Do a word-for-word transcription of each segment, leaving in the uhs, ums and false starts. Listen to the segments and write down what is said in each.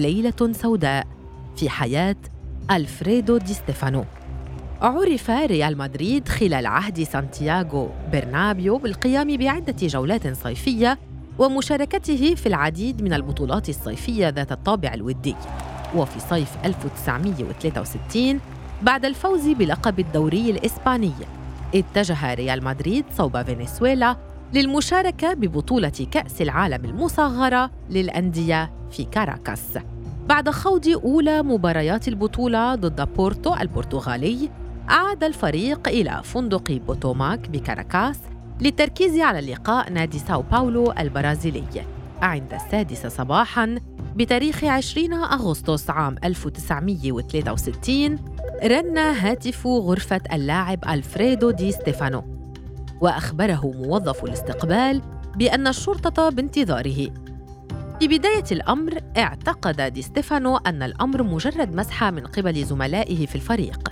ليلة سوداء في حياة ألفريدو دي ستيفانو. عُرف ريال مدريد خلال عهد سانتياغو برنابيو بالقيام بعدة جولات صيفية ومشاركته في العديد من البطولات الصيفية ذات الطابع الودي. وفي صيف ألف وتسعمائة وثلاثة وستين بعد الفوز بلقب الدوري الإسباني اتجه ريال مدريد صوب فنزويلا للمشاركة ببطولة كأس العالم المصغرة للأندية في كاراكاس. بعد خوض أولى مباريات البطولة ضد بورتو البرتغالي، عاد الفريق إلى فندق بوتوماك بكاراكاس للتركيز على لقاء نادي ساو باولو البرازيلي عند السادسة صباحاً بتاريخ عشرين أغسطس عام ألف وتسعمائة وثلاثة وستين. رن هاتف غرفة اللاعب ألفريدو دي ستيفانو وأخبره موظف الاستقبال بأن الشرطة بانتظاره. في بداية الأمر اعتقد دي ستيفانو أن الأمر مجرد مسحة من قبل زملائه في الفريق،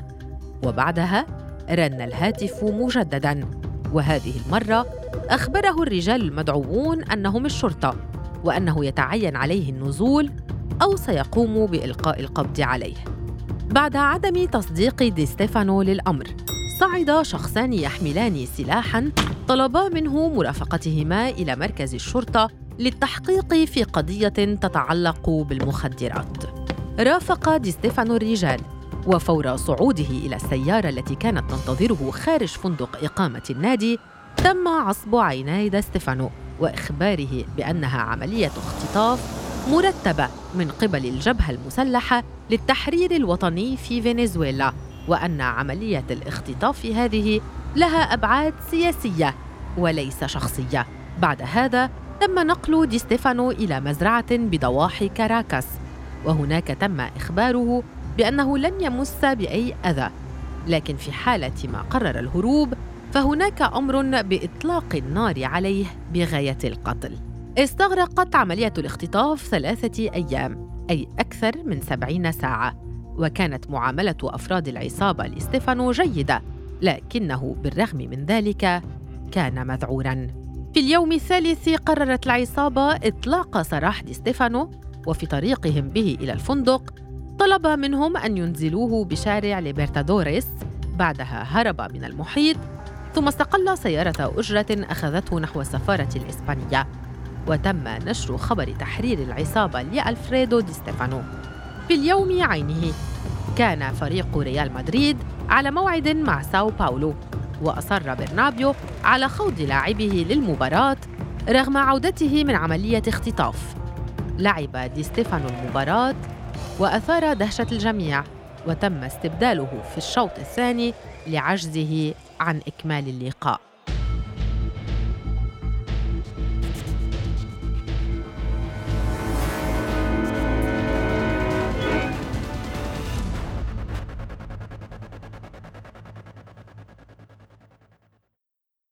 وبعدها رن الهاتف مجدداً، وهذه المرة أخبره الرجال المدعوون أنهم الشرطة وأنه يتعين عليه النزول أو سيقوم بإلقاء القبض عليه. بعد عدم تصديق دي ستيفانو للأمر، صعد شخصان يحملان سلاحاً طلبا منه مرافقتهما إلى مركز الشرطة للتحقيق في قضية تتعلق بالمخدرات. رافق دي ستيفانو الرجال، وفور صعوده إلى السيارة التي كانت تنتظره خارج فندق إقامة النادي تم عصب عيني دي ستيفانو وإخباره بأنها عملية اختطاف مرتبة من قبل الجبهة المسلحة للتحرير الوطني في فنزويلا، وأن عملية الاختطاف هذه لها أبعاد سياسية وليس شخصية. بعد هذا تم نقل دي ستيفانو إلى مزرعة بضواحي كاراكاس، وهناك تم إخباره بأنه لن يمس بأي أذى، لكن في حالة ما قرر الهروب فهناك أمر بإطلاق النار عليه بغاية القتل. استغرقت عملية الاختطاف ثلاثة أيام، أي أكثر من سبعين ساعة، وكانت معاملة أفراد العصابة لستيفانو جيدة، لكنه بالرغم من ذلك كان مذعوراً. في اليوم الثالث قررت العصابة إطلاق سراح دي ستيفانو، وفي طريقهم به إلى الفندق طلب منهم أن ينزلوه بشارع ليبرتادوريس. بعدها هرب من المحيط، ثم استقل سيارة أجرة أخذته نحو السفارة الإسبانية، وتم نشر خبر تحرير العصابة لألفريدو دي ستيفانو. في اليوم عينه كان فريق ريال مدريد على موعد مع ساو باولو، وأصر برنابيو على خوض لاعبه للمباراة رغم عودته من عملية اختطاف. لعب دي ستيفانو المباراة وأثار دهشة الجميع، وتم استبداله في الشوط الثاني لعجزه عن إكمال اللقاء.